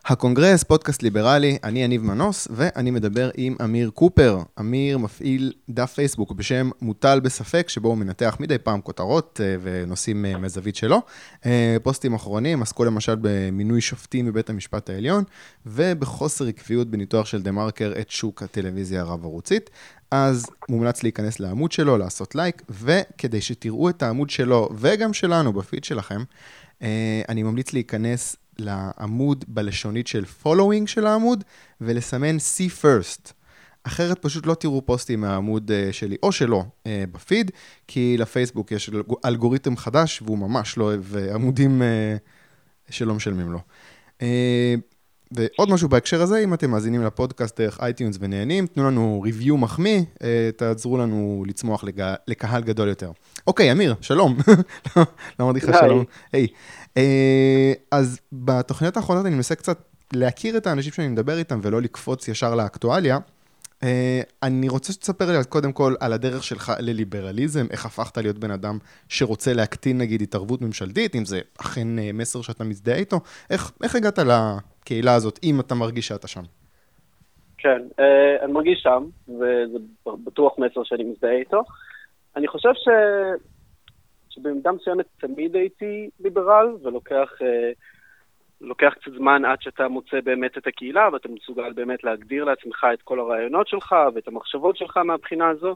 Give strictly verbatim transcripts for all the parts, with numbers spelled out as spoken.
הקונגרס, פודקאסט ליברלי, אני יניב מנוס, ואני מדבר עם אמיר קופר. אמיר מפעיל דף פייסבוק בשם מוטל בספק, שבו הוא מנתח מדי פעם כותרות ונושאים מזווית שלו. פוסטים אחרונים עסקו למשל במינוי שופטים בבית המשפט העליון, ובחוסר עקביות בניתוח של דה מרקר את שוק הטלוויזיה הרב-ערוצית. אז מומלץ להיכנס לעמוד שלו, לעשות לייק, וכדי שתראו את העמוד שלו וגם שלנו בפיד שלכם, אני ממליץ להיכנס לעמוד בלשונית של following של העמוד, ולסמן see first. אחרת פשוט לא תראו פוסטים מהעמוד שלי או שלו בפיד, כי לפייסבוק יש אלגוריתם חדש, והוא ממש לא אוהב עמודים שלא משלמים לו. ועוד משהו בהקשר הזה, אם אתם מאזינים לפודקאסט דרך אייטיונס ונהנים, תנו לנו ריוויו מחמיא, תעזרו לנו לצמוח לקהל גדול יותר. אוקיי, אמיר, שלום. לא אמרתי לך שלום. היי. אז בתוכניות האחרונות אני מנסה קצת להכיר את האנשים שאני מדבר איתם, ולא לקפוץ ישר לאקטואליה. אני רוצה שתספר לי קודם כל על הדרך שלך לליברליזם, איך הפכת להיות בן אדם שרוצה להקטין נגיד התערבות ממשלתית, אם זה אכן מסר שאתה מזדהה איתו, איך, איך הגעת לקהילה הזאת, אם אתה מרגיש שאתה שם? כן, אני מרגיש שם, וזה בטוח מסר שאני מזדהה איתו. אני חושב ש... שבמידה מסוימת תמיד הייתי ליברל, ולוקח לוקח קצת זמן עד שאתה מוצא באמת את הקהילה, ואתה מסוגל באמת להגדיר לעצמך את כל הרעיונות שלך, ואת המחשבות שלך מהבחינה הזו.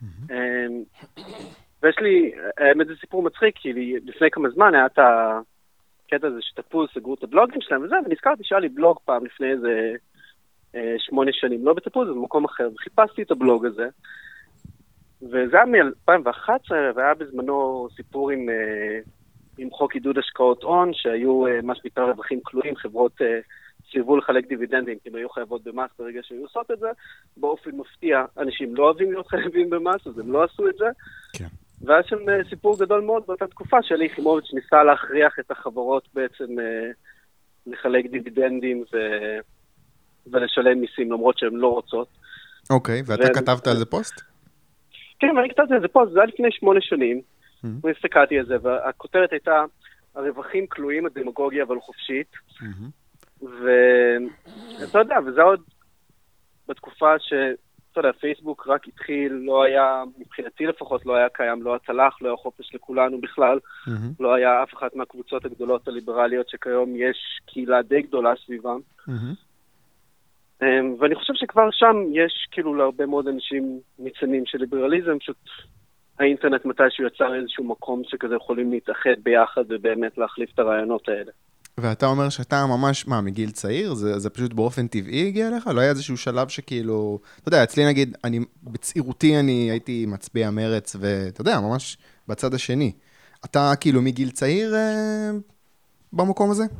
ויש לי, האמת זה סיפור מצחיק, כי לפני כמה זמן היה את הקטע הזה שתפוז, סגרו את הבלוגים שלהם וזה, ונזכרתי שהיה לי בלוג פעם לפני איזה שמונה שנים, לא בתפוז, במקום אחר, וחיפשתי את הבלוג הזה, וזה היה מ-אלפיים ואחת עשרה, והיה בזמנו סיפור עם, עם חוק עידוד השקעות הון, שהיו מה שנקרא רווחים כלואים, חברות סירבו לחלק דיבידנדים, כי הם היו חייבות במס ברגע שהיו עושות את זה. באופן מפתיע, אנשים לא אוהבים להיות חייבים במס, אז הם לא עשו את זה. כן. והיה שם סיפור גדול מאוד באותה תקופה, שלי יחימוביץ' ניסה להכריח את החברות בעצם לחלק דיבידנדים ו... ולשלם מיסים, למרות שהן לא רוצות. אוקיי, ואתה ו... כתבת על זה פוסט? כן, ואני כתבתי על זה פוסט, זה היה לפני שמונה שנים, mm-hmm. והסתכלתי על זה, והכותרת הייתה, הרווחים כלואים, הדמגוגיה אבל חופשית, mm-hmm. ואתה יודע, וזה עוד בתקופה ש, אתה יודע, פייסבוק רק התחיל, לא היה, מבחינתי לפחות, לא היה קיים, לא הצלח, לא היה חופש לכולנו בכלל, mm-hmm. לא היה אף אחת מהקבוצות הגדולות הליברליות, שכיום יש קהילה די גדולה סביבם, mm-hmm. ואני חושב שכבר שם יש כאילו להרבה מאוד אנשים ניצנים של ליברליזם, פשוט האינטרנט מתישהו יצר איזשהו מקום שכזה יכולים להתאחד ביחד ובאמת להחליף את הרעיונות האלה. ואתה אומר שאתה ממש, מה, מגיל צעיר? זה, זה פשוט באופן טבעי הגיע לך? לא היה איזשהו שלב שכאילו, אתה יודע, אצלי נגיד, אני, בצעירותי אני הייתי מצביע מרץ, ואתה יודע, ממש בצד השני. אתה כאילו מגיל צעיר אה, במקום הזה?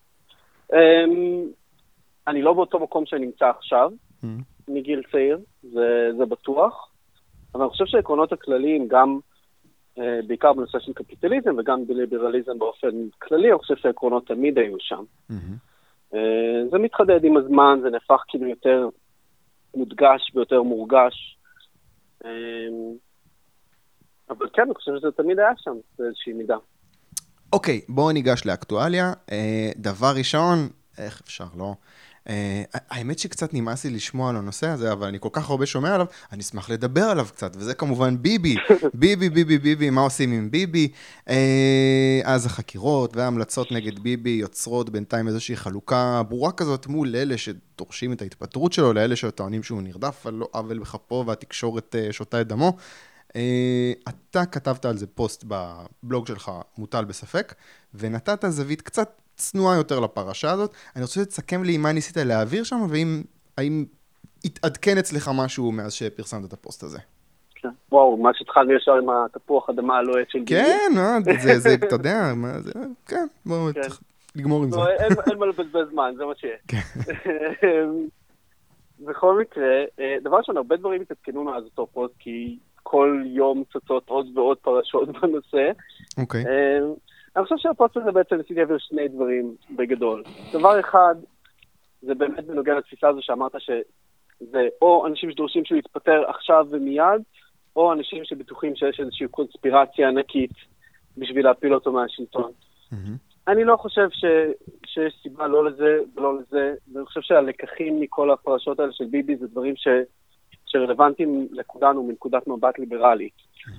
אני לא באותו מקום שאני נמצא עכשיו, mm-hmm. מגיל צעיר, זה, זה בטוח. אבל אני חושב שהעקרונות הכלליים, גם אה, בעיקר בנושא של קפיטליזם וגם בליברליזם באופן כללי, אני חושב שהעקרונות תמיד היו שם. Mm-hmm. אה, זה מתחדד עם הזמן, זה נהפך כאילו יותר מודגש ויותר מורגש. אה, אבל כן, אני חושב שזה תמיד היה שם, באיזושהי מידה. אוקיי, בואו ניגש לאקטואליה. אה, דבר ראשון, איך אפשר, לא? Uh, האמת שקצת נמאס לי לשמוע על הנושא הזה, אבל אני כל כך הרבה שומע עליו, אני אשמח לדבר עליו קצת, וזה כמובן ביבי, ביבי, ביבי, ביבי, מה עושים עם ביבי? Uh, אז החקירות וההמלצות נגד ביבי יוצרות בינתיים איזושהי חלוקה ברורה כזאת מול אלה שדורשים את ההתפטרות שלו, לאלה שטוענים שהוא נרדף על לא עוול בכפו, והתקשורת uh, שותה את דמו. Uh, אתה כתבת על זה פוסט בבלוג שלך, מוטל בספק, ונתת זווית קצת צנועה יותר לפרשה הזאת. אני רוצה לסכם לי מה ניסית להעביר שם, והאם האם התעדכן אצלך משהו מאז שפרסמת את הפוסט הזה. כן. וואו, מה שהתחלנו ישר עם התפוח אדמה הלוהט של ביבי. כן, זה, זה, אתה יודע, מה זה, כן, בואו נגמור עם זה. אין מה לבזבז זמן, זה מה שיהיה. בכל מקרה, דבר ראשון, הרבה דברים התעדכנו מאז אותו פוסט, כי כל יום צצות עוד ועוד פרשות בנושא. אוקיי. אני חושב שהפוסט הזה בעצם ניסיתי להעביר שני דברים בגדול. דבר אחד, זה באמת בנוגע לתפיסה הזו שאמרת שזה או אנשים שדורשים שהוא יתפטר עכשיו ומיד, או אנשים שבטוחים שיש איזושהי קונספירציה ענקית בשביל להפיל אותו מהשלטון. Mm-hmm. אני לא חושב ש, שיש סיבה לא לזה ולא לזה, ואני חושב שהלקחים מכל הפרשות האלה של ביבי זה דברים ש, שרלוונטיים לכולנו מנקודת מבט ליברלי.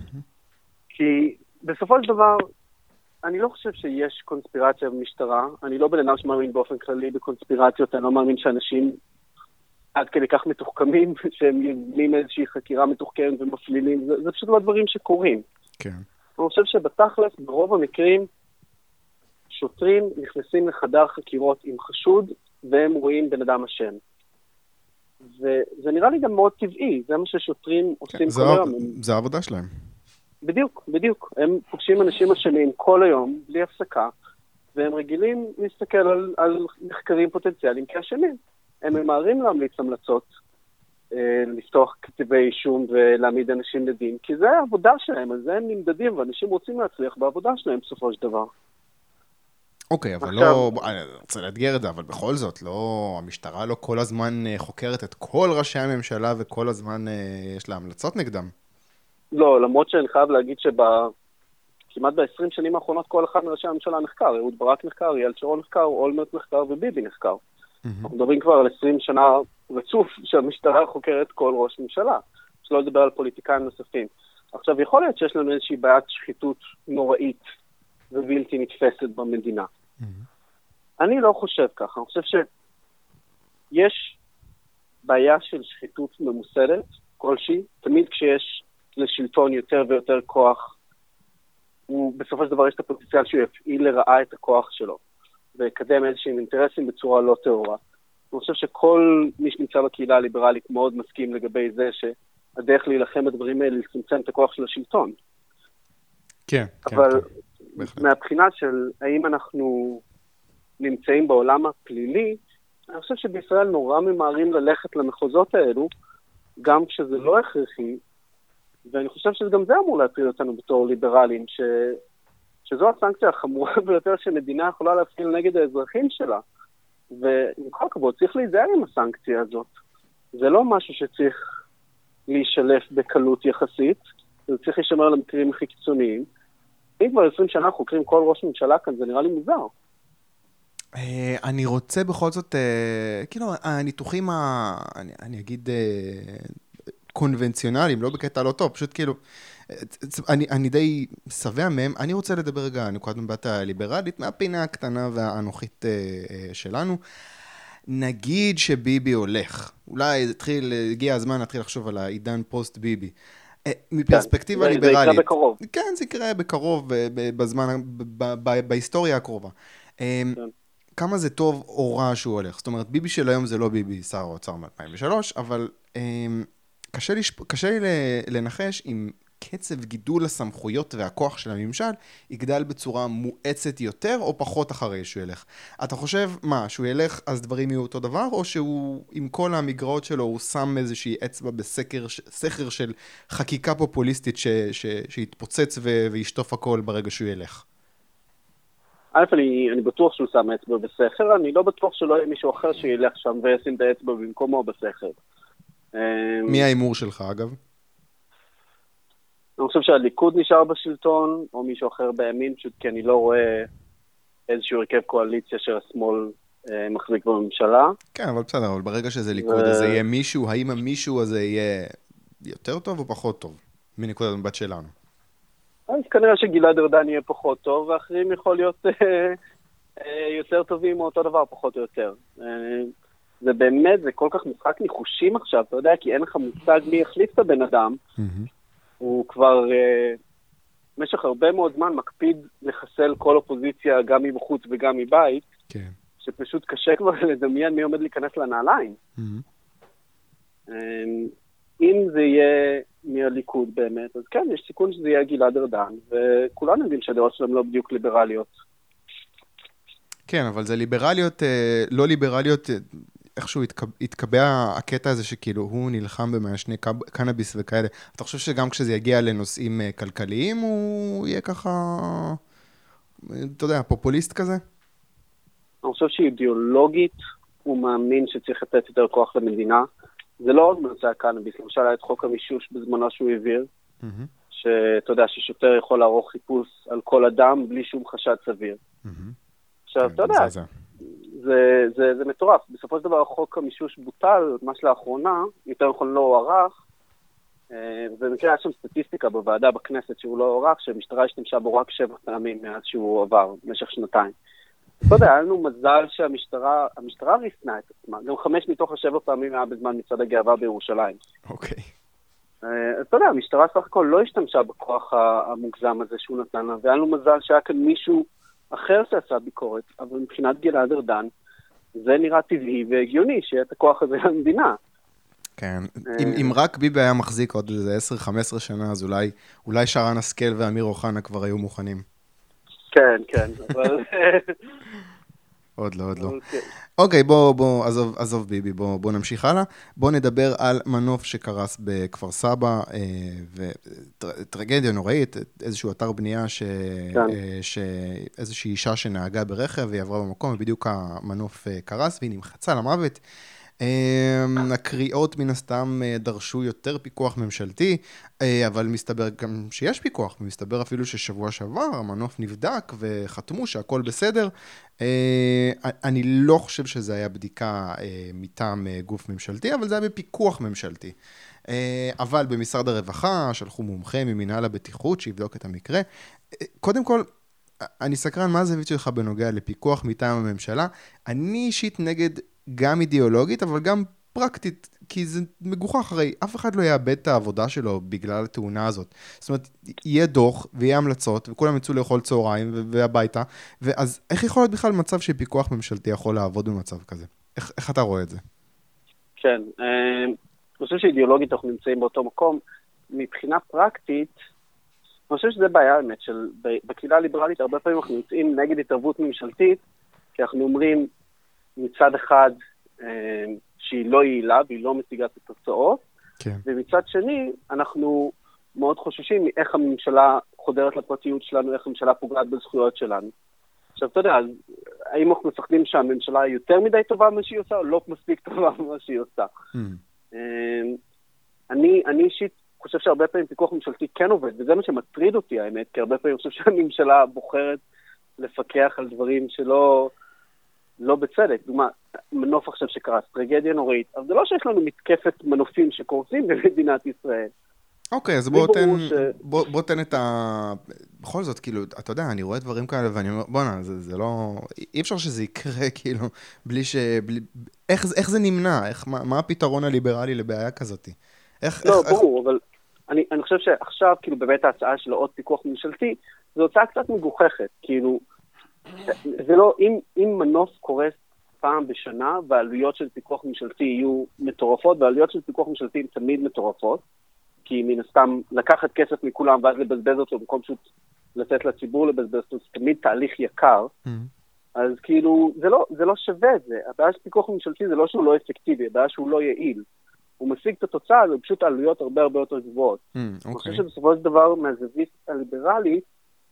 כי בסופו של דבר, אני לא חושב שיש קונספירציה במשטרה, אני לא בן אדם שמאמין באופן כללי בקונספירציות, אני לא מאמין שאנשים עד כדי כך מתוחכמים, שהם יבנים איזושהי חקירה מתוחכמת ומפלילים, זה, זה פשוט לא דברים שקורים. כן. אני חושב שבתכלס, ברוב המקרים, שוטרים נכנסים לחדר חקירות עם חשוד, והם רואים בן אדם אשם. וזה נראה לי גם מאוד טבעי, זה מה ששוטרים עושים כן, כל היום. זה העבודה שלהם. בדיוק, בדיוק. הם פוגשים אנשים אשמים כל היום, בלי הפסקה, והם רגילים להסתכל על, על מחקרים פוטנציאליים כאשמים. הם ממהרים להמליץ המלצות, אה, לפתוח כתבי אישום ולהעמיד אנשים לדין, כי זה העבודה שלהם, על זה הם נמדדים, ואנשים רוצים להצליח בעבודה שלהם בסופו של דבר. אוקיי, אבל לא, אני רוצה לאתגר את זה, אבל בכל זאת, לא, המשטרה לא כל הזמן חוקרת את כל ראשי הממשלה, וכל הזמן יש לה המלצות נגדם. לא, למרות שאני חייב להגיד שכמעט ב-עשרים שנים האחרונות כל אחד מראשי הממשלה נחקר, אהוד ברק נחקר, אריאל שרון נחקר, אולמרט נחקר וביבי נחקר. אנחנו מדברים כבר על עשרים שנה רצוף שהמשטרה חוקרת כל ראש ממשלה, שלא לדבר על פוליטיקאים נוספים. עכשיו, יכול להיות שיש לנו איזושהי בעיית שחיתות נוראית ובלתי נתפסת במדינה. אני לא חושב ככה, אני חושב שיש בעיה של שחיתות ממוסדת כלשהי, תמיד כשיש לשלטון יותר ויותר כוח, הוא בסופו של דבר יש את הפוטנציאל שהוא יפעיל לרעה את הכוח שלו, ויקדם איזשהם אינטרסים בצורה לא טהורה. אני חושב שכל מי שנמצא בקהילה הליברלית מאוד מסכים לגבי זה שהדרך להילחם בדברים האלה לצמצם את הכוח של השלטון. כן, אבל כן, כן. מהבחינה של האם אנחנו נמצאים בעולם הפלילי, אני חושב שבישראל נורא ממהרים ללכת למחוזות האלו, גם כשזה לא הכרחי, ואני חושב שגם זה אמור להטריד אותנו בתור ליברלים, ש... שזו הסנקציה החמורה ביותר שמדינה יכולה להפעיל נגד האזרחים שלה. ועם כל הכבוד, צריך להיזהר עם הסנקציה הזאת. זה לא משהו שצריך להישלף בקלות יחסית, זה צריך להישמר למקרים הכי קיצוניים. אם כבר עשרים שנה חוקרים כל ראש ממשלה כאן, זה נראה לי מוזר. אני רוצה בכל זאת, כאילו, הניתוחים, אני אגיד, קונבנציונליים, לא בקטע לא טוב, פשוט כאילו, אני, אני די סבע מהם, אני רוצה לדבר רגע, נקודת מבט הליברלית, מהפינה הקטנה והאנוכית שלנו. נגיד שביבי הולך, אולי זה התחיל, הגיע הזמן להתחיל לחשוב על העידן פוסט ביבי. מפרספקטיבה כן, ליברלית. זה יקרה בקרוב. כן, זה יקרה בקרוב, בזמן, בהיסטוריה הקרובה. כן. כמה זה טוב או רע שהוא הולך. זאת אומרת, ביבי של היום זה לא ביבי שר האוצר מ-אלפיים ושלוש, אבל קשה לי, קשה לי לנחש אם קצב גידול הסמכויות והכוח של הממשל יגדל בצורה מואצת יותר או פחות אחרי שהוא ילך. אתה חושב, מה, שהוא ילך אז דברים יהיו אותו דבר, או שהוא עם כל המגרעות שלו הוא שם איזושהי אצבע בסקר, סכר של חקיקה פופוליסטית ש, ש, שיתפוצץ ו, וישטוף הכל ברגע שהוא ילך? א', אני, אני בטוח שהוא שם אצבע בסכר, אני לא בטוח שלא יהיה מישהו אחר שילך שם וישים את האצבע במקומו בסכר. מי האימור שלך, אגב? אני חושב שהליכוד נשאר בשלטון, או מישהו אחר בימין, פשוט כי אני לא רואה איזשהו הרכב קואליציה של השמאל אה, מחזיק בממשלה. כן, אבל בסדר, אבל ברגע שזה ליכוד, ו... אז זה יהיה מישהו, האם המישהו הזה יהיה יותר טוב או פחות טוב, מנקודת מבט שלנו? אז כנראה שגלעד ארדן יהיה פחות טוב, ואחרים יכול להיות אה, אה, יותר טובים או אותו דבר, פחות או יותר. אה, זה באמת, זה כל כך משחק ניחושים עכשיו, אתה יודע, כי אין לך מושג מי יחליף את הבן אדם, mm-hmm. הוא כבר uh, במשך הרבה מאוד זמן מקפיד לחסל כל אופוזיציה, גם מבחוץ וגם מבית, כן. שפשוט קשה כבר לדמיין מי עומד להיכנס לנעליים. Mm-hmm. Um, אם זה יהיה מהליכוד באמת, אז כן, יש סיכון שזה יהיה גלעד ארדן, וכולנו יודעים שהדעות שלהם לא בדיוק ליברליות. כן, אבל זה ליברליות, לא ליברליות, איכשהו התקבע הקטע הזה שכאילו הוא נלחם במעשני קנאביס וכאלה. אתה חושב שגם כשזה יגיע לנושאים כלכליים, הוא יהיה ככה, אתה יודע, פופוליסט כזה? אני חושב שאידיאולוגית הוא מאמין שצריך לתת יותר כוח למדינה. זה לא עוד בנושא הקנאביס, למשל היה את חוק המישוש בזמנו שהוא העביר, שאתה יודע ששוטר יכול לערוך חיפוש על כל אדם בלי שום חשד סביר. עכשיו, אתה יודע, זה, זה, זה מטורף. בסופו של דבר, חוק המישוש בוטל, מה שלאחרונה, יותר נכון לא הוארך, ובמקרה היה שם סטטיסטיקה בוועדה בכנסת שהוא לא הוארך, שהמשטרה השתמשה בו רק שבע פעמים מאז שהוא עבר, במשך שנתיים. אתה יודע, היה לנו מזל שהמשטרה, המשטרה ריסנה את עצמה, גם חמש מתוך השבע פעמים היה בזמן מצעד הגאווה בירושלים. אוקיי. אתה יודע, המשטרה סך הכל לא השתמשה בכוח המוגזם הזה שהוא נתן לה, והיה לנו מזל שהיה כאן מישהו אחר שעשה ביקורת, אבל מבחינת גלעד ארדן, זה נראה טבעי והגיוני שיהיה את הכוח הזה למדינה. כן, אם, אם רק ביבי היה מחזיק עוד איזה עשר חמש עשרה שנה, אז אולי, אולי שרן השכל ואמיר אוחנה כבר היו מוכנים. כן, כן, אבל... עוד לא, עוד לא. אוקיי, בוא, בוא, עזוב, עזוב ביבי, בוא, בוא נמשיך הלאה. בוא נדבר על מנוף שקרס בכפר סבא, וטרגדיה נוראית, איזשהו אתר בנייה, ש... שאיזושהי אישה שנהגה ברכב, והיא עברה במקום, ובדיוק המנוף קרס, והיא נמחצה למוות. הקריאות מן הסתם דרשו יותר פיקוח ממשלתי, אבל מסתבר גם שיש פיקוח, ומסתבר אפילו ששבוע שעבר המנוף נבדק וחתמו שהכל בסדר. אני לא חושב שזה היה בדיקה מטעם גוף ממשלתי, אבל זה היה בפיקוח ממשלתי. אבל במשרד הרווחה שלחו מומחה ממנהל הבטיחות שיבדוק את המקרה. קודם כל, אני סקרן מה הזווית שלך בנוגע לפיקוח מטעם הממשלה. אני אישית נגד גם אידיאולוגית, אבל גם פרקטית, כי זה מגוחך, הרי אף אחד לא יאבד את העבודה שלו בגלל התאונה הזאת. זאת אומרת, יהיה דוח ויהיה המלצות, וכולם יצאו לאכול צהריים והביתה, ואז איך יכול להיות בכלל מצב שפיקוח ממשלתי יכול לעבוד במצב כזה? איך, איך אתה רואה את זה? כן, אני חושב שאידיאולוגית אנחנו נמצאים באותו מקום. מבחינה פרקטית, אני חושב שזה בעיה האמת, של בקהילה הליברלית הרבה פעמים אנחנו יוצאים נגד התערבות ממשלתית, כי אנחנו אומרים מצד אחד אה, שהיא לא יעילה והיא לא משיגה את התוצאות, כן. ומצד שני אנחנו מאוד חוששים מאיך הממשלה חודרת לפרטיות שלנו, איך הממשלה פוגעת בזכויות שלנו. עכשיו, אתה יודע, האם אנחנו מפחדים שהממשלה היא יותר מדי טובה ממה שהיא עושה, או לא מספיק טובה ממה שהיא עושה? Mm. אה, אני, אני אישית חושב שהרבה פעמים פיקוח ממשלתי כן עובד, וזה מה שמטריד אותי האמת, כי הרבה פעמים אני חושב שהממשלה בוחרת לפקח על דברים שלא... לא בצדק. דוגמה, מנוף עכשיו שקרס, טרגדיה נוראית, אבל זה לא שיש לנו מתקפת מנופים שקורסים במדינת ישראל. אוקיי, אז בוא תן, בוא, בוא תן את ה... בכל זאת, כאילו, אתה יודע, אני רואה דברים כאלה, ואני אומר, בוא נה, זה, זה לא... אי אפשר שזה יקרה, כאילו, בלי ש... בלי... איך, איך זה נמנע? איך, מה, מה הפתרון הליברלי לבעיה כזאת? איך... לא, איך, ברור, איך... אבל אני, אני חושב שעכשיו, כאילו, באמת ההצעה של עוד פיקוח ממשלתי, זו הצעה קצת מגוחכת, כאילו, זה לא, אם, אם מנוף קורס פעם בשנה, והעלויות של פיקוח ממשלתי יהיו מטורפות, והעלויות של פיקוח ממשלתי הן תמיד מטורפות, כי מן הסתם לקחת כסף מכולם ואז לבזבז אותו, במקום פשוט לתת לציבור לבזבז אותו, זה תמיד תהליך יקר, Mm-hmm. אז כאילו, זה לא, זה לא שווה את זה. הבעיה של פיקוח ממשלתי זה לא שהוא לא אפקטיבי, הבעיה שהוא לא יעיל. הוא משיג את התוצאה, זה פשוט עלויות הרבה הרבה יותר גבוהות. Mm, אני אוקיי. חושב שבסופו של דבר, מהזווית הליברלית,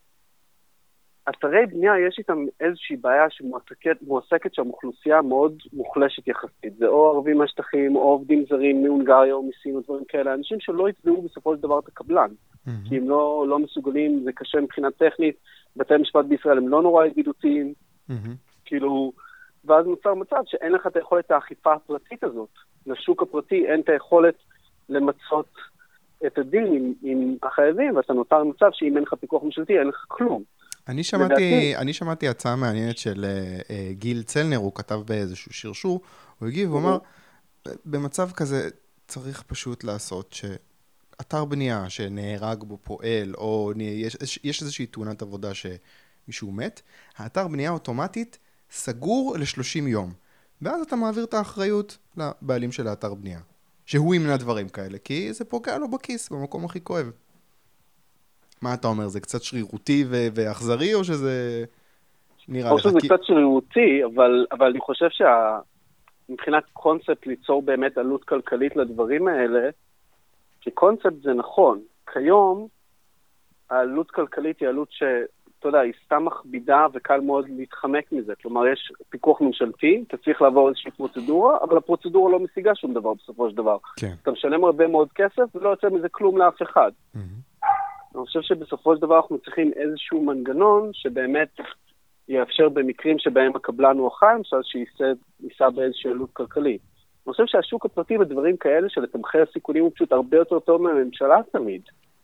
אתרי בנייה יש איתם איזושהי בעיה שמועסקת שם אוכלוסייה מאוד מוחלשת יחסית. זה או ערבים מהשטחים, או עובדים זרים מהונגריה או מסין או דברים כאלה. אנשים שלא יתבעו בסופו של דבר את הקבלן. Mm-hmm. כי הם לא, לא מסוגלים, זה קשה מבחינה טכנית. בתי משפט בישראל הם לא נורא ידידותיים. Mm-hmm. כאילו, ואז נוצר מצב שאין לך את היכולת האכיפה הפרטית הזאת. לשוק הפרטי אין את היכולת למצות את הדין עם, עם החייבים, ואתה נותר מצב שאם אין לך פיקוח ממשלתי, אין לך כלום. אני שמעתי, אני שמעתי הצעה מעניינת של uh, גיל צלנר, הוא כתב באיזשהו שרשור, הוא הגיב, הוא אמר, במצב כזה צריך פשוט לעשות שאתר בנייה שנהרג בו פועל, או יש, יש איזושהי תאונת עבודה שמישהו מת, האתר בנייה אוטומטית סגור ל-שלושים יום, ואז אתה מעביר את האחריות לבעלים של האתר בנייה, שהוא ימנע דברים כאלה, כי זה פוגע לו בכיס, במקום הכי כואב. מה אתה אומר? זה קצת שרירותי ו- ואכזרי, או שזה נראה לך? אני חושב שזה קצת שרירותי, אבל, אבל אני חושב שמבחינת קונספט ליצור באמת עלות כלכלית לדברים האלה, כקונספט זה נכון. כיום, העלות כלכלית היא עלות שאתה יודע, היא סתם מכבידה וקל מאוד להתחמק מזה. כלומר, יש פיקוח ממשלתי, אתה צריך לעבור איזושהי פרוצדורה, אבל הפרוצדורה לא משיגה שום דבר בסופו של דבר. כן. אתה משלם הרבה מאוד כסף ולא יוצא מזה כלום לאף אחד. Mm-hmm. אני חושב שבסופו של דבר אנחנו צריכים איזשהו מנגנון שבאמת יאפשר במקרים שבהם הקבלן הוא החיים, למשל שיישא באיזושהי עלות כלכלית. אני חושב שהשוק הפרטי בדברים כאלה של לתמחר סיכונים הוא פשוט הרבה יותר טוב מהממשלה תמיד.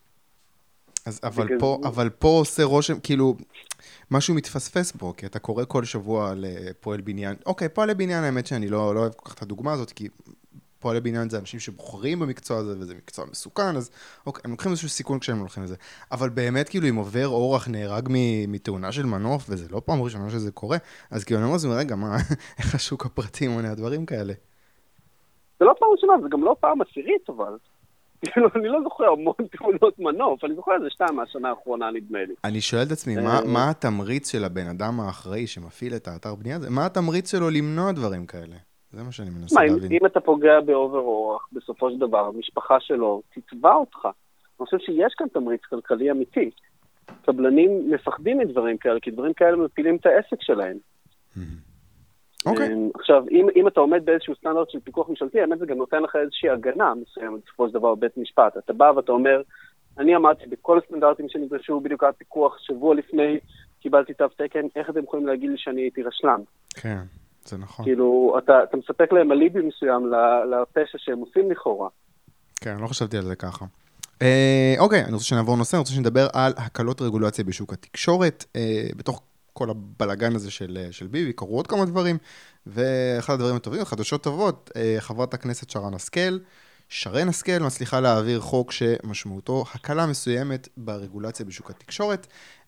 אז, אבל, פה, אבל פה עושה רושם, כאילו, משהו מתפספס בו, כי אתה קורא כל שבוע על פועל בניין. אוקיי, פועלי בניין, האמת שאני לא, לא אוהב כל כך את הדוגמה הזאת, כי פועלי בניין זה אנשים שבוחרים במקצוע הזה, וזה מקצוע מסוכן, אז אוקיי, הם לוקחים איזשהו סיכון כשהם הולכים לזה. אבל באמת, כאילו, אם עובר אורח נהרג מתאונה של מנוף, וזה לא פעם ראשונה שזה קורה, אז כאילו, אני אומר, זה רגע, מה, איך השוק הפרטי מונע דברים כאלה? זה לא פעם ראשונה, זה גם לא פעם עשירית, אבל... אני לא זוכר המון תאונות מנוף, אני זוכר איזה שתיים מהשנה האחרונה, נדמה לי. אני שואל את עצמי, מה התמריץ של הבן אדם האחראי שמפעיל את האתר בנייה הזה? מה התמריץ שלו למנוע דברים כאלה? זה מה שאני מנסה להבין. אם אתה פוגע בעובר אורח, בסופו של דבר, המשפחה שלו תתבע אותך. אני חושב שיש כאן תמריץ כלכלי אמיתי. קבלנים מפחדים מדברים כאלה, כי דברים כאלה מפילים את העסק שלהם. אוקיי. עכשיו, אם, אם אתה עומד באיזשהו סטנדרט של פיקוח ממשלתי, האמת זה גם נותן לך איזושהי הגנה מסוימת, בסופו של דבר בית משפט. אתה בא ואתה אומר, אני אמרתי בכל הסטנדרטים שנדרשו, בדיוק היה פיקוח, שבוע לפני קיבלתי תו תקן, איך אתם יכולים להגיד לי שאני הייתי רשלן? כן, זה נכון. כאילו, אתה, אתה מספק להם אליבי מסוים לפשע שהם עושים לכאורה. כן, לא חשבתי על זה ככה. אה, אוקיי, אני רוצה שנעבור נושא, אני רוצה שנדבר על הקלות רגולציה בשוק התקשורת, אה, בתוך כל הבלגן הזה של, של ביבי, קרו עוד כמה דברים, ואחד הדברים הטובים, חדשות טובות, חברת הכנסת שרן השכל, שרן השכל מצליחה להעביר חוק שמשמעותו הקלה מסוימת ברגולציה בשוק התקשורת.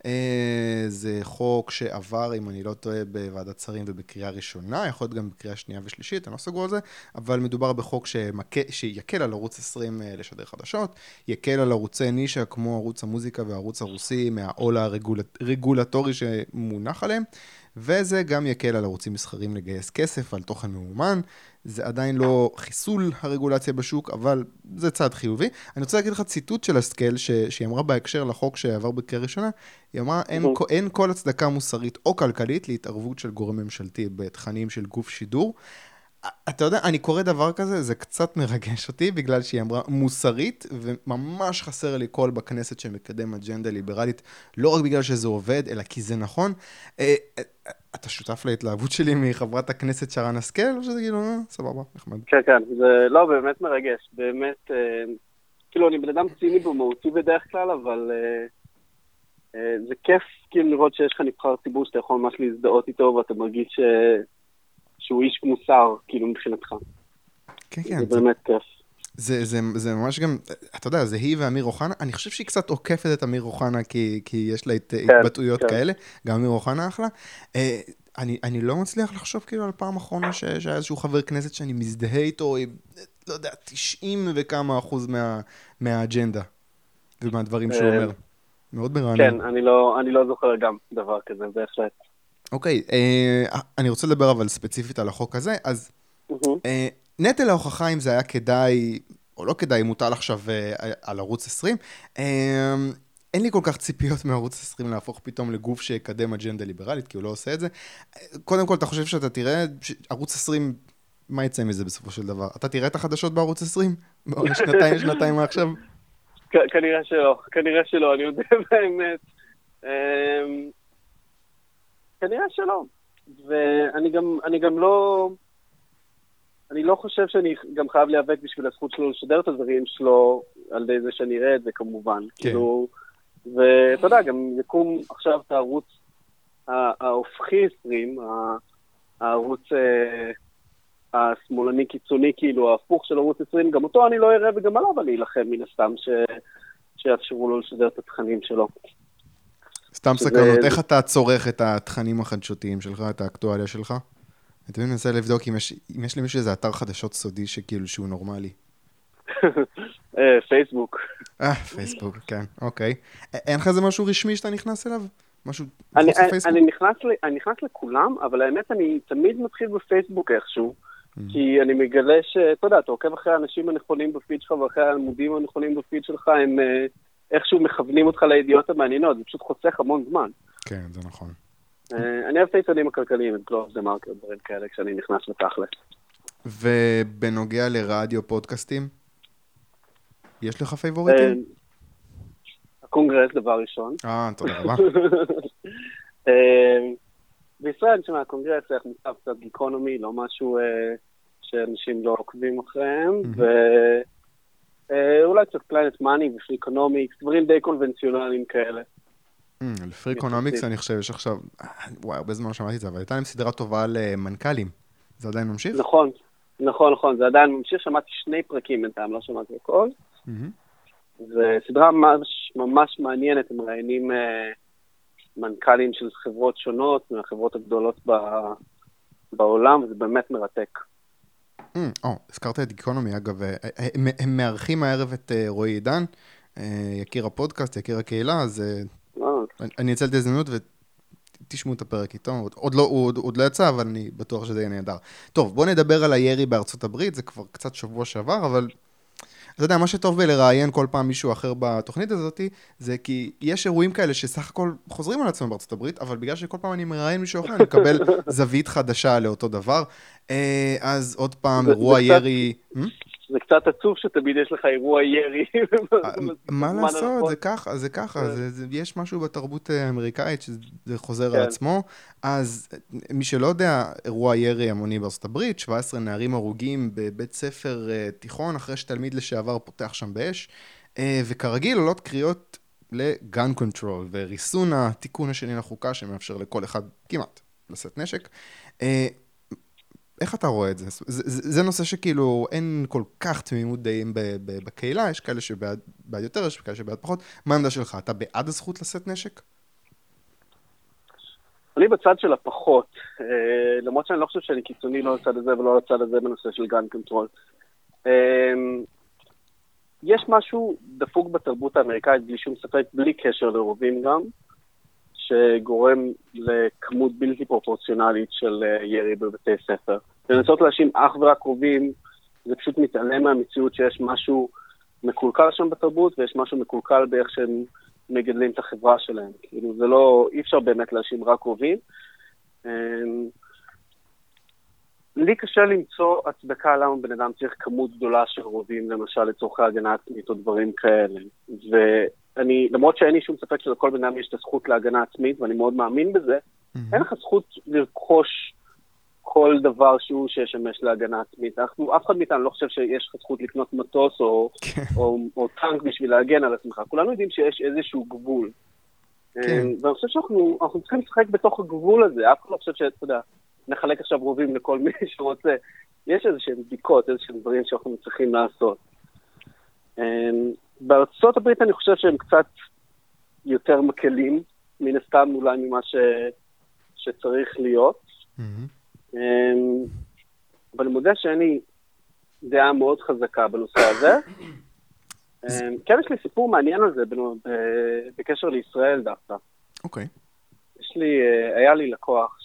זה חוק שעבר, אם אני לא טועה, בוועדת שרים ובקריאה ראשונה, יכול להיות גם בקריאה שנייה ושלישית, אני לא סגור על זה, אבל מדובר בחוק שמק... שיקל על ערוץ עשרים לשדר חדשות, יקל על ערוצי נישה כמו ערוץ המוזיקה והערוץ הרוסי מהעול הרגולטורי שמונח עליהם, וזה גם יקל על ערוצים מסחרים לגייס כסף, על תוכן מאומן. זה עדיין לא חיסול הרגולציה בשוק, אבל זה צעד חיובי. אני רוצה להגיד לך ציטוט של השכל, ש... שהיא אמרה בהקשר לחוק שעבר בקריאה ראשונה, היא אמרה, אין, אין כל הצדקה מוסרית או כלכלית להתערבות של גורם ממשלתי בתכנים של גוף שידור. אתה יודע, אני קורא דבר כזה, זה קצת מרגש אותי, בגלל שהיא אמרה מוסרית, וממש חסר לי קול בכנסת שמקדם אג'נדה ליברלית, לא רק בגלל שזה עובד, אלא כי זה נכון. אתה שותף להתלהבות שלי מחברת הכנסת שרן השכל, או שזה כאילו, סבבה, נחמד. כן, כן, זה לא באמת מרגש, באמת, כאילו אני בן אדם ציני במהותי בדרך כלל, אבל זה כיף כאילו לראות שיש לך נבחר ציבור שאתה יכול ממש להזדהות איתו, ואתה מרגיש ש... שהוא איש מוסר, כאילו, מבחינתך. כן, כן. זה באמת כיף. זה, זה, זה ממש גם, אתה יודע, זה היא ואמיר אוחנה, אני חושב שהיא קצת עוקפת את אמיר אוחנה, כי, כי יש לה הת, כן, התבטאויות כן. כאלה, גם אמיר אוחנה אחלה. אה, אני, אני לא מצליח לחשוב כאילו על פעם אחרונה ש, שהיה איזשהו חבר כנסת שאני מזדהה איתו, לא יודע, תשעים וכמה אחוז מה, מהאג'נדה, ומהדברים שהוא אומר. מאוד מרענן. כן, אני לא, אני לא זוכר גם דבר כזה, בהחלט. אוקיי, אה, אני רוצה לדבר אבל ספציפית על החוק הזה, אז אה, נטל ההוכחה אם זה היה כדאי, או לא כדאי, מוטל עכשיו אה, על ערוץ עשרים, אה, אין לי כל כך ציפיות מערוץ עשרים להפוך פתאום לגוף שיקדם אג'נדה ליברלית, כי הוא לא עושה את זה. קודם כל, אתה חושב שאתה תראה, ערוץ עשרים, מה יצא מזה בסופו של דבר? אתה תראה את החדשות בערוץ עשרים? שנתיים, שנתיים מעכשיו? כנראה שלא, כנראה שלא, אני יודע באמת. כנראה שלא, ואני גם, אני גם לא, אני לא חושב שאני גם חייב להיאבק בשביל הזכות שלו לשדר את הדברים שלו, על ידי זה שאני אראה את זה כמובן, כן. כאילו, ואתה יודע, גם יקום עכשיו את הערוץ ההופכי עשרים, הערוץ השמאלני קיצוני, כאילו, ההפוך של ערוץ עשרים, גם אותו אני לא אראה וגם עליו אני אלחם מן הסתם, ש... שיאפשרו לו לשדר את התכנים שלו. סתם סקרנות, איך אתה צורך את התכנים החדשותיים שלך, את האקטואליה שלך? אתה מנסה לבדוק אם יש, אם יש למישהו איזה אתר חדשות סודי שכאילו שהוא נורמלי. פייסבוק. אה, פייסבוק, כן, אוקיי. אין לך איזה משהו רשמי שאתה נכנס אליו? משהו מחוץ לפייסבוק? אני נכנס לכולם, אבל האמת אני תמיד מתחיל בפייסבוק איכשהו, כי אני מגלה שאתה יודע, אתה עוקב אחרי האנשים הנכונים בפיד שלך, ואחרי העמודים הנכונים בפיד שלך, הם איכשהו מכוונים אותך לידיעות המעניינות, זה פשוט חוסך המון זמן. כן, זה נכון. אני אוהב את העיתונים הכלכליים, את גלובס דה מרקר, דברים כאלה, כשאני נכנס לתכל'ס. ובנוגע לרדיו פודקאסטים, יש לך פייבוריטים? הקונגרס, דבר ראשון. אה, תודה רבה. בישראל, נשמע, הקונגרס איך מוצב קצת גיקונומי, לא משהו שאנשים לא עוקבים אחריהם, ואולי קצת פלנט מאני ופרי אקונומיקס, דברים די קונבנציונליים כאלה. על פרי אקונומיקס אני חושב, יש עכשיו, וואי, הרבה זמן לא שמעתי את זה, אבל הייתה להם סדרה טובה למנכ"לים. זה עדיין ממשיך? נכון, נכון, נכון, זה עדיין ממשיך, שמעתי שני פרקים בינתיים, לא שמעתי הכל. זה סדרה ממש, ממש מעניינת, הם ראיינים מנכ"לים של חברות שונות, מהחברות הגדולות בעולם, וזה באמת מרתק. או, הזכרת את גיקונומי, אגב, הם מארחים הערב את רועי עידן, יקיר הפודקאסט, יקיר הקהילה, אז אני אצל את ההזדמנות ותשמעו את הפרק איתו, עוד לא, עוד לא יצא, אבל אני בטוח שזה יהיה נהדר. טוב, בוא נדבר על הירי בארצות הברית, זה כבר קצת שבוע שעבר, אבל אתה יודע, מה שטוב בלראיין כל פעם מישהו אחר בתוכנית הזאת, זה כי יש אירועים כאלה שסך הכל חוזרים על עצמם בארצות הברית, אבל בגלל שכל פעם אני מראיין מישהו אחר, אני מקבל זווית חדשה לאותו דבר. אז עוד פעם, אירוע ירי... זה קצת עצוב שתמיד יש לך אירוע ירי. מה לעשות? זה ככה, זה ככה. יש משהו בתרבות האמריקאית שזה חוזר על עצמו. אז מי שלא יודע, אירוע ירי המוני בארצות הברית, שבעה עשר נערים הרוגים בבית ספר תיכון, אחרי שתלמיד לשעבר פותח שם באש, וכרגיל עולות קריאות לגן קונטרול, וריסון התיקון השני לחוקה שמאפשר לכל אחד כמעט לשאת נשק. איך אתה רואה את זה? זה, זה, זה נושא שכאילו אין כל כך תמימות דעים בקהילה, יש כאלה שבעד יותר, יש כאלה שבעד פחות. מה העמדה שלך? אתה בעד הזכות לשאת נשק? אני בצד של הפחות, למרות שאני לא חושב שאני קיצוני לא לצד הזה ולא לצד הזה בנושא של גן קונטרול. יש משהו דפוק בתרבות האמריקאית, בלי שום ספק, בלי קשר לרובים גם, שגורם לכמות בלתי פרופורציונלית של ירי בבתי ספר. לנסות להאשים אך ורק רובים, זה פשוט מתעלם מהמציאות שיש משהו מקולקל שם בתרבות, ויש משהו מקולקל באיך שהם מגדלים את החברה שלהם. כאילו, זה לא, אי אפשר באמת להאשים רק רובים. לי קשה למצוא הצדקה למה בן אדם צריך כמות גדולה של רובים, למשל לצורכי הגנה עצמית או דברים כאלה. ואני, למרות שאין לי שום ספק שלכל בן אדם יש את הזכות להגנה עצמית, ואני מאוד מאמין בזה, mm-hmm. אין לך זכות לרכוש כל דבר שהוא שישמש להגנה עצמית. אנחנו, אף אחד מאיתנו לא חושב שיש לך זכות לקנות מטוס או, okay. או, או טנק בשביל להגן על עצמך. כולנו יודעים שיש איזשהו גבול. Okay. ואני חושב שאנחנו אנחנו צריכים לשחק בתוך הגבול הזה. אף אחד לא חושב שאתה יודע, נחלק עכשיו רובים לכל מי שרוצה. יש איזשהם בדיקות, איזשהם דברים שאנחנו צריכים לעשות. בארצות הברית אני חושב שהם קצת יותר מקלים, מן הסתם אולי ממה ש... שצריך להיות. Mm-hmm. אבל אני מודה שאין לי דעה מאוד חזקה בנושא הזה. כן, יש לי סיפור מעניין על זה בקשר לישראל דווקא. אוקיי. יש לי, היה לי לקוח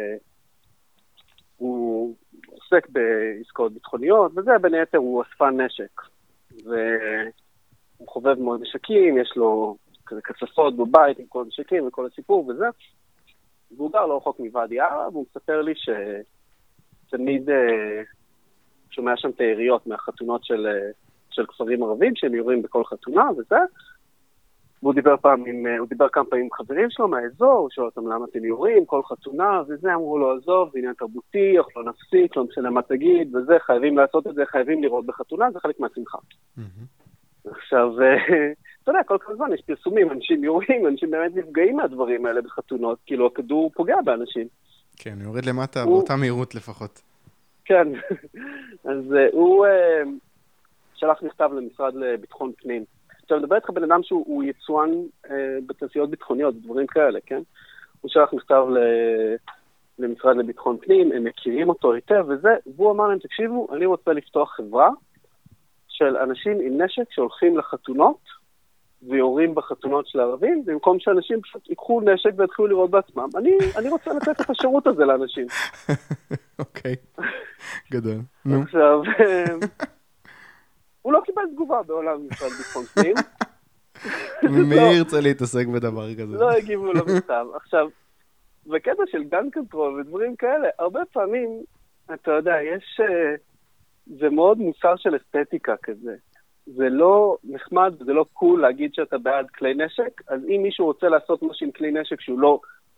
שהוא עוסק בעסקאות ביטחוניות, וזה בין היתר הוא אספן נשק. והוא חובב מאוד נשקים, יש לו כזה כספות בבית עם כל נשקים וכל הסיפור וזה. והוא גר לא רחוק מוואדי ערה, והוא מספר לי שתמיד שומע שם את העיריות מהחתונות של, של כפרים ערבים, שהם יורים בכל חתונה וזה. והוא דיבר פעם עם, הוא דיבר כמה פעמים עם חברים שלו מהאזור, הוא שואל אותם למה אתם יורים, כל חתונה וזה, אמרו לו עזוב, זה עניין תרבותי, אך לא נפסיק, לא משנה מה תגיד, וזה, חייבים לעשות את זה, חייבים לראות בחתונה, זה חלק מהשמחה. עכשיו, אתה יודע, כל כמה זמן יש פרסומים, אנשים יורים, אנשים באמת נפגעים מהדברים האלה בחתונות, כאילו הכדור פוגע באנשים. כן, הוא יורד למטה באותה מהירות לפחות. כן, אז הוא שלח מכתב למשרד לביטחון פנים. עכשיו, מדבר איתך בן אדם שהוא יצואן בתעשיות ביטחוניות, דברים כאלה, כן? הוא שלח מכתב למשרד לביטחון פנים, הם מכירים אותו היטב וזה, והוא אמר להם, תקשיבו, אני רוצה לפתוח חברה של אנשים עם נשק שהולכים לחתונות, ויורים בחתונות של הערבים, במקום שאנשים פשוט ייקחו נשק והתחילו לראות בעצמם. אני, אני רוצה לתת את השירות הזה לאנשים. אוקיי, גדול. עכשיו, הוא לא קיבל תגובה בעולם משרד ביטחון פנים. מי ירצה להתעסק בדבר כזה? לא הגיבו למכתב. עכשיו, בקטע של גן קונטרול ודברים כאלה, הרבה פעמים, אתה יודע, יש... זה מאוד מוסר של אסתטיקה כזה. זה לא נחמד, זה לא קול להגיד שאתה בעד כלי נשק, אז אם מישהו רוצה לעשות משהו עם כלי נשק שהוא לא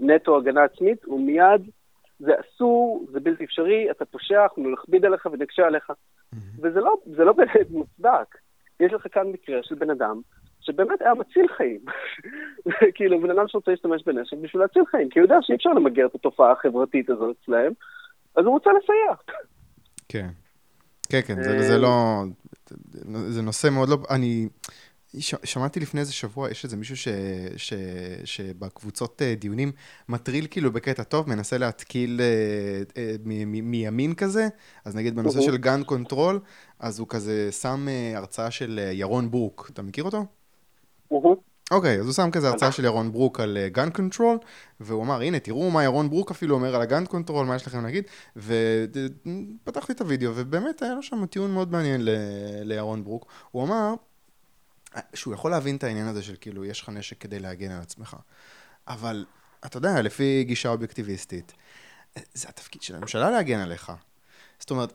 נטו הגנה עצמית, הוא מיד, זה אסור, זה בלתי אפשרי, אתה פושע, אנחנו נכביד עליך ונקשה עליך. Mm-hmm. וזה לא, זה לא באמת מוצדק. יש לך כאן מקרה של בן אדם, שבאמת היה מציל חיים. כאילו, בן אדם שרוצה להשתמש בנשק בשביל להציל חיים, כי הוא יודע שאי אפשר למגר את התופעה החברתית הזאת אצלהם, אז הוא רוצה לסייע. כן. כן, כן, זה, זה לא... זה נושא מאוד לא... אני... שמעתי לפני איזה שבוע, יש איזה מישהו ש, ש, שבקבוצות דיונים מטריל כאילו בקטע טוב, מנסה להתקיל מ, מ, מימין כזה, אז נגיד בנושא של גן קונטרול, אז הוא כזה שם הרצאה של ירון ברוק, אתה מכיר אותו? אוקיי, אז הוא שם כזה הרצאה של ירון ברוק על גן קונטרול, והוא אמר, הנה, תראו מה ירון ברוק אפילו אומר על הגן קונטרול, מה יש לכם להגיד, ופתחתי את הוידאו, ובאמת היה לו שם טיעון מאוד מעניין לירון ברוק, הוא אמר, שהוא יכול להבין את העניין הזה של כאילו, יש לך נשק כדי להגן על עצמך. אבל, אתה יודע, לפי גישה אובייקטיביסטית, זה התפקיד של הממשלה להגן עליך. זאת אומרת,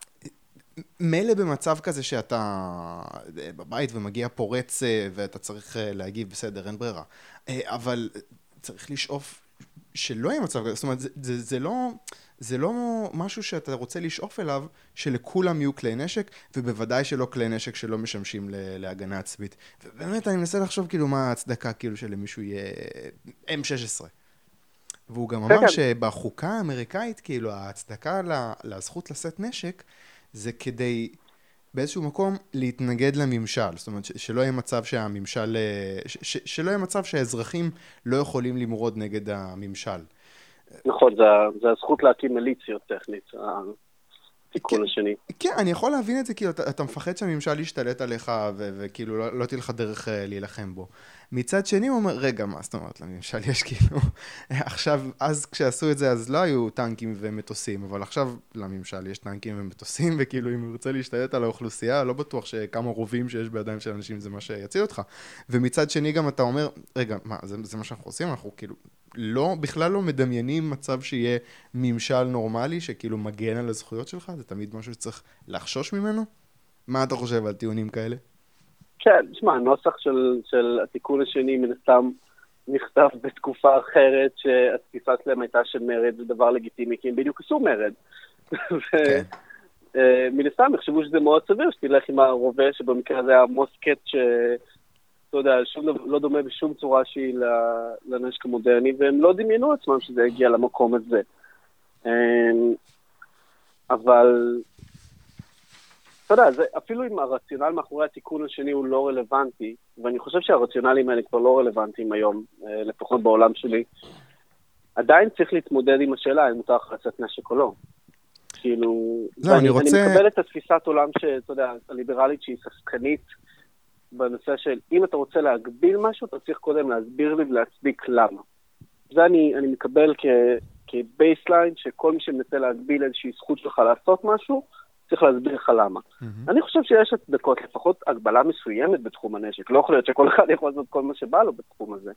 מילא במצב כזה שאתה בבית ומגיע פורץ ואתה צריך להגיב בסדר, אין ברירה. אבל צריך לשאוף שלא יהיה מצב כזה. זאת אומרת, זה, זה, זה לא... זה לא משהו שאתה רוצה לשאוף אליו, שלכולם יהיו כלי נשק, ובוודאי שלא כלי נשק שלא משמשים להגנה עצמית. ובאמת אני מנסה לחשוב כאילו מה ההצדקה כאילו שלמישהו יהיה אם שש עשרה. והוא גם אמר שבחוקה האמריקאית, כאילו ההצדקה לזכות לשאת נשק, זה כדי באיזשהו מקום להתנגד לממשל. זאת אומרת שלא יהיה מצב שהממשל, שלא יהיה מצב שהאזרחים לא יכולים למרוד נגד הממשל. נכון, זה, זה הזכות להקים מיליציות טכנית, התיקון השני. כן, אני יכול להבין את זה, כאילו, אתה, אתה מפחד שהממשל ישתלט עליך, ו- וכאילו, לא, לא תהיה לך דרך uh, להילחם בו. מצד שני, הוא אומר, רגע, מה זאת אומרת, לממשל יש כאילו, עכשיו, אז כשעשו את זה, אז לא היו טנקים ומטוסים, אבל עכשיו לממשל יש טנקים ומטוסים, וכאילו, אם הוא רוצה להשתלט על האוכלוסייה, לא בטוח שכמה רובים שיש בידיים של אנשים זה מה שיציל אותך. ומצד שני גם אתה אומר, רגע, מה, זה, זה מה שאנחנו עושים? אנחנו כאילו, לא, בכלל לא מדמיינים מצב שיהיה ממשל נורמלי, שכאילו מגן על הזכויות שלך, זה תמיד משהו שצריך לחשוש ממנו? מה אתה חושב על טיעונים כאלה? כן, תשמע, הנוסח של, של התיקון השני מן הסתם נכתב בתקופה אחרת שהתפיסה שלהם הייתה שמרד זה דבר לגיטימי, כי הם בדיוק עשו מרד. כן. מן הסתם, יחשבו שזה מאוד סביר, שתלך עם הרובה, שבמקרה הזה היה מוסקט ש... אתה יודע, שום, לא דומה בשום צורה שהיא לנשק המודרני, והם לא דמיינו עצמם שזה הגיע למקום הזה. אבל, אתה יודע, זה, אפילו אם הרציונל מאחורי התיקון השני הוא לא רלוונטי, ואני חושב שהרציונלים האלה כבר לא רלוונטיים היום, לפחות בעולם שלי, עדיין צריך להתמודד עם השאלה אם מותר לצאת נשק או לא. כאילו, לא, אני, אני רוצה... אני מקבל את התפיסת עולם שאתה יודע, הליברלית שהיא ספקנית, בנושא של אם אתה רוצה להגביל משהו, אתה צריך קודם להסביר לי ולהצדיק למה. זה אני, אני מקבל כ, כבייסליין, שכל מי שמנסה להגביל איזושהי זכות שלך לעשות משהו, צריך להסביר לך למה. Mm-hmm. אני חושב שיש הצדקות, לפחות הגבלה מסוימת בתחום הנשק. לא יכול להיות שכל אחד יכול לעשות כל מה שבא לו בתחום הזה.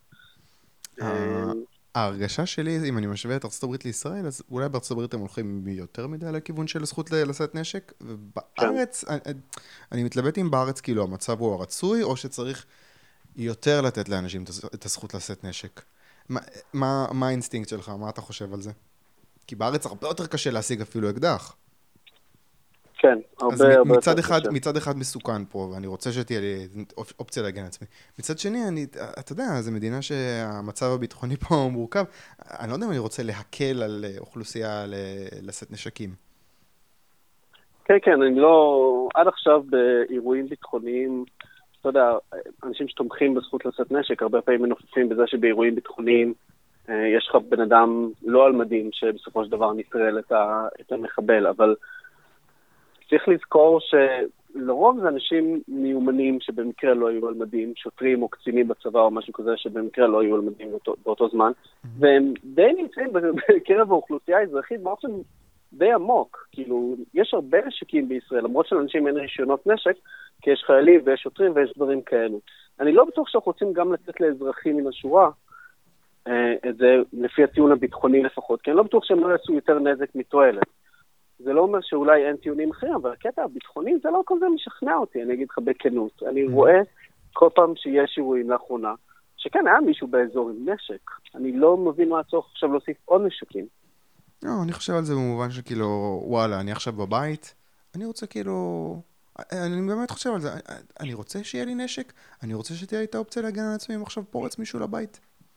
ההרגשה שלי, אם אני משווה את ארצות הברית לישראל, אז אולי בארצות הברית הם הולכים יותר מדי לכיוון של הזכות לשאת נשק, ובארץ, אני, אני מתלבט אם בארץ כאילו המצב הוא הרצוי, או שצריך יותר לתת לאנשים את הזכות לשאת נשק. מה, מה, מה האינסטינקט שלך? מה אתה חושב על זה? כי בארץ הרבה יותר קשה להשיג אפילו אקדח. כן, הרבה, אז הרבה מצד אחד, מצד אחד מסוכן פה, ואני רוצה שתהיה לי אופציה להגן עצמי. מצד שני, אני, אתה יודע, זו מדינה שהמצב הביטחוני פה מורכב. אני לא יודע אם אני רוצה להקל על אוכלוסייה לשאת נשקים. כן, כן, אני לא... עד עכשיו באירועים ביטחוניים, אתה יודע, אנשים שתומכים בזכות לשאת נשק, הרבה פעמים מנופפים בזה שבאירועים ביטחוניים יש לך בן אדם לא על מדים, שבסופו של דבר נטרל את המחבל, אבל... צריך לזכור שלרוב זה אנשים מיומנים שבמקרה לא היו על מדים, שוטרים או קצינים בצבא או משהו כזה שבמקרה לא היו על מדים באותו, באותו זמן, והם די נמצאים בקרב האוכלוסייה האזרחית באופן די עמוק. כאילו, יש הרבה נשקים בישראל, למרות שלאנשים אין רישיונות נשק, כי יש חיילים ויש שוטרים ויש דברים כאלו. אני לא בטוח שאנחנו רוצים גם לתת לאזרחים מן השורה, את זה לפי הטיעון הביטחוני לפחות, כי אני לא בטוח שהם לא יעשו יותר נזק מתועלת. זה לא אומר שאולי אין טיעונים אחרים, אבל הקטע הביטחוני זה לא כל זה משכנע אותי, אני אגיד לך בכנות. אני רואה כל פעם שיש אירועים לאחרונה, שכן, היה מישהו באזור עם נשק. אני לא מבין מה הצורך עכשיו להוסיף עוד נשקים. לא, אני חושב על זה במובן שכאילו, וואלה, אני עכשיו בבית, אני רוצה כאילו... אני באמת חושב על זה, אני רוצה שיהיה לי נשק, אני רוצה שתהיה לי את האופציה להגן על עצמי אם עכשיו פורץ מישהו לבית.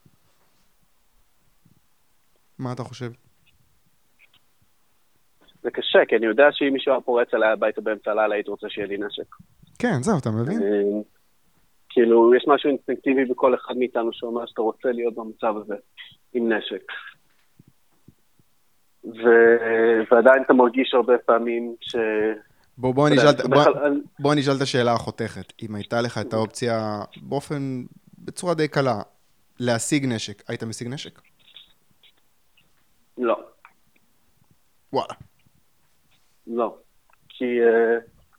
מה אתה חושב? זה קשה, כי אני יודע שאם מישהו פורץ עליי הביתה באמצע הלילה, הייתי רוצה שיהיה לי נשק. כן, זהו, אתה מבין? כאילו, יש משהו אינסטינקטיבי בכל אחד מאיתנו שאומר שאתה רוצה להיות במצב הזה, עם נשק. ועדיין אתה מרגיש הרבה פעמים ש... בוא, בוא, נשאל, בוא, בוא נשאל את השאלה החותכת. אם הייתה לך את האופציה באופן, בצורה די קלה, להשיג נשק, היית משיג נשק? לא. וואלה. לא. כי אה,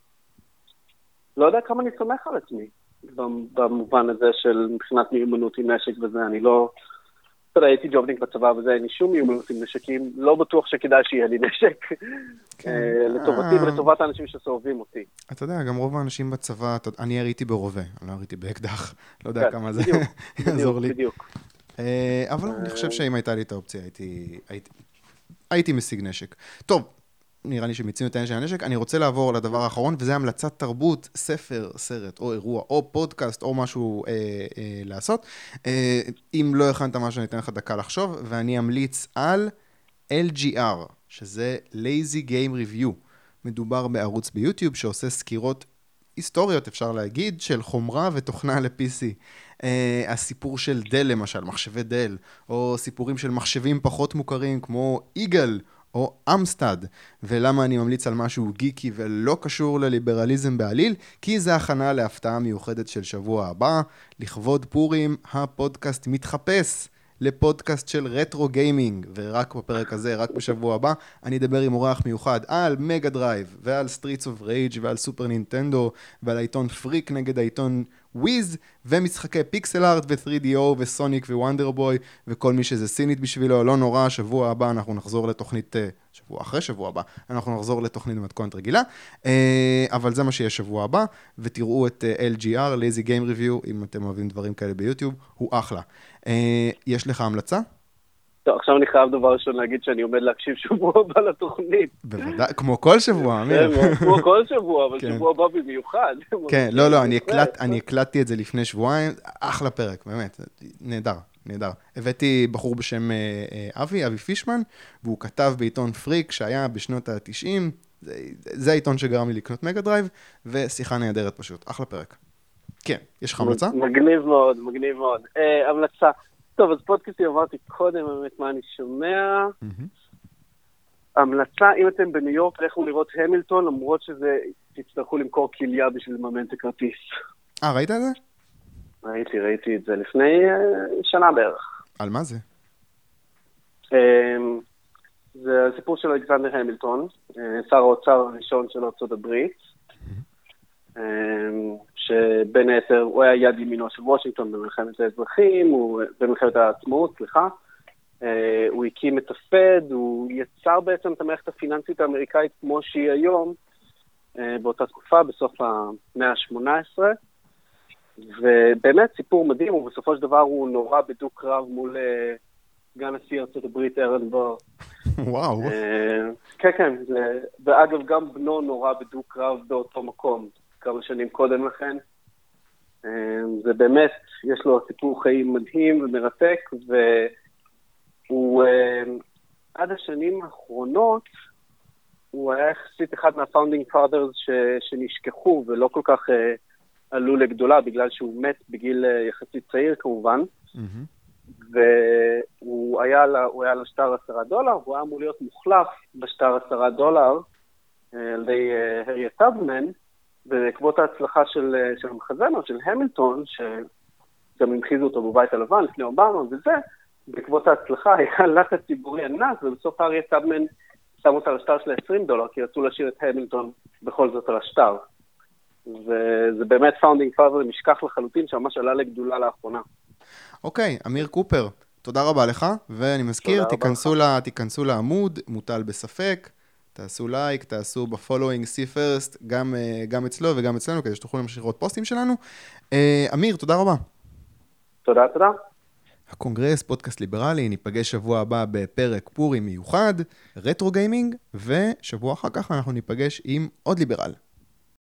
לא יודע כמה אני סומך על עצמי, במובן הזה של מבחינת מיומנות עם נשק וזה, אני לא... אתה יודע, הייתי ג'ובניק בצבא וזה, אין לי שום מיומנות עם נשקים, לא בטוח שכדאי שיהיה לי נשק, לטובתי ולטובת האנשים שסובבים אותי. אתה יודע, גם רוב האנשים בצבא, אני הריתי ברובה, אני לא הריתי באקדח, לא יודע כמה זה יעזור לי. בדיוק. אבל אני חושב שאם הייתה לי את האופציה, הייתי משיג נשק. טוב, נראה לי שמיצינו את העניין של הנשק, אני רוצה לעבור לדבר האחרון, וזה המלצת תרבות, ספר, סרט, או אירוע, או פודקאסט, או משהו אה, אה, לעשות. אה, אם לא הכנת משהו, אני אתן לך דקה לחשוב, ואני אמליץ על אל ג'י אר, שזה Lazy Game Review. מדובר בערוץ ביוטיוב שעושה סקירות היסטוריות, אפשר להגיד, של חומרה ותוכנה ל-פי סי. Uh, הסיפור של דל למשל, מחשבי דל, או סיפורים של מחשבים פחות מוכרים כמו איגל, או אמסטד, ולמה אני ממליץ על משהו גיקי ולא קשור לליברליזם בעליל, כי זה הכנה להפתעה מיוחדת של שבוע הבא, לכבוד פורים, הפודקאסט מתחפש לפודקאסט של רטרו גיימינג, ורק בפרק הזה, רק בשבוע הבא, אני אדבר עם אורח מיוחד על מגה דרייב, ועל סטריטס אוף רייג' ועל סופר נינטנדו, ועל העיתון פריק נגד העיתון וויז, ומשחקי פיקסל ארט ו-תרי די או וסוניק ווונדר בוי, וכל מי שזה סינית בשבילו, לא נורא, שבוע הבא אנחנו נחזור לתוכנית, שבוע אחרי שבוע הבא, אנחנו נחזור לתוכנית במתכונת רגילה, אבל זה מה שיהיה שבוע הבא, ותראו את אל ג'י אר, Lazy Game Review, אם אתם אוהבים דברים כאלה ביוטיוב, הוא אחלה. יש לך המלצה? טוב, עכשיו אני חייב דבר ראשון להגיד שאני עומד להקשיב שבוע הבא לתוכנית. בוודאי, כמו כל שבוע, אמיר. כמו כל שבוע, אבל שבוע הבא במיוחד. כן, לא, לא, אני הקלטתי את זה לפני שבועיים, אחלה פרק, באמת, נהדר, נהדר. הבאתי בחור בשם אבי, אבי פישמן, והוא כתב בעיתון פריק שהיה בשנות ה-תשעים, זה העיתון שגרם לי לקנות מגה דרייב, ושיחה נהדרת פשוט, אחלה פרק. כן, יש לך המלצה? מגניב מאוד, מגניב מאוד. המלצה. טוב, אז פודקאסטי אמרתי קודם באמת מה אני שומע. המלצה, אם אתם בניו יורק, לכו לראות המילטון, למרות שזה תצטרכו למכור כליה בשביל לממן את הכרטיס. אה, ראית את זה? ראיתי, ראיתי את זה לפני שנה בערך. על מה זה? זה הסיפור של אלכסנדר המילטון, שר האוצר הראשון של ארצות הברית. שבין היתר הוא היה יד ימינו של וושינגטון במלחמת האזרחים, במלחמת העצמאות, סליחה. הוא הקים את הפד, הוא יצר בעצם את המערכת הפיננסית האמריקאית כמו שהיא היום, באותה תקופה, בסוף המאה ה-שמונה עשרה. ובאמת סיפור מדהים, ובסופו של דבר הוא נורא בדוק קרב מול סגן נשיא ארצות הברית ארן בר. וואו. כן, כן, ואגב גם בנו נורא בדוק קרב באותו מקום. כמה שנים קודם לכן. זה באמת, יש לו סיפור חיים מדהים ומרתק, והוא עד השנים האחרונות, הוא היה יחסית אחד מהפאונדינג פאדרס שנשכחו, ולא כל כך עלו לגדולה, בגלל שהוא מת בגיל יחסית צעיר כמובן, והוא היה על השטר עשרה דולר, והוא היה אמור להיות מוחלף בשטר עשרה דולר, על ידי הריה טאבמן, ובעקבות ההצלחה של, של המחזמר, של המילטון, שגם המחיזו אותו בבית הלבן לפני אובמה וזה, בעקבות ההצלחה היה לחץ ציבורי ענק, ובסוף אריה טאבמן שם אותה על השטר של עשרים דולר, כי רצו להשאיר את המילטון בכל זאת על השטר. וזה באמת פאונדינג פאבר משכח לחלוטין, שממש עלה לגדולה לאחרונה. אוקיי, אמיר קופר, תודה רבה לך, ואני מזכיר, תיכנסו, לה, תיכנסו לעמוד, מוטל בספק, תעשו לייק, תעשו בפולואינג סי פירסט, גם, גם אצלו וגם אצלנו, כדי שתוכלו להמשיך לראות פוסטים שלנו. אמיר, תודה רבה. תודה, תודה. הקונגרס, פודקאסט ליברלי, ניפגש שבוע הבא בפרק פורים מיוחד, רטרו גיימינג, ושבוע אחר כך אנחנו ניפגש עם עוד ליברל.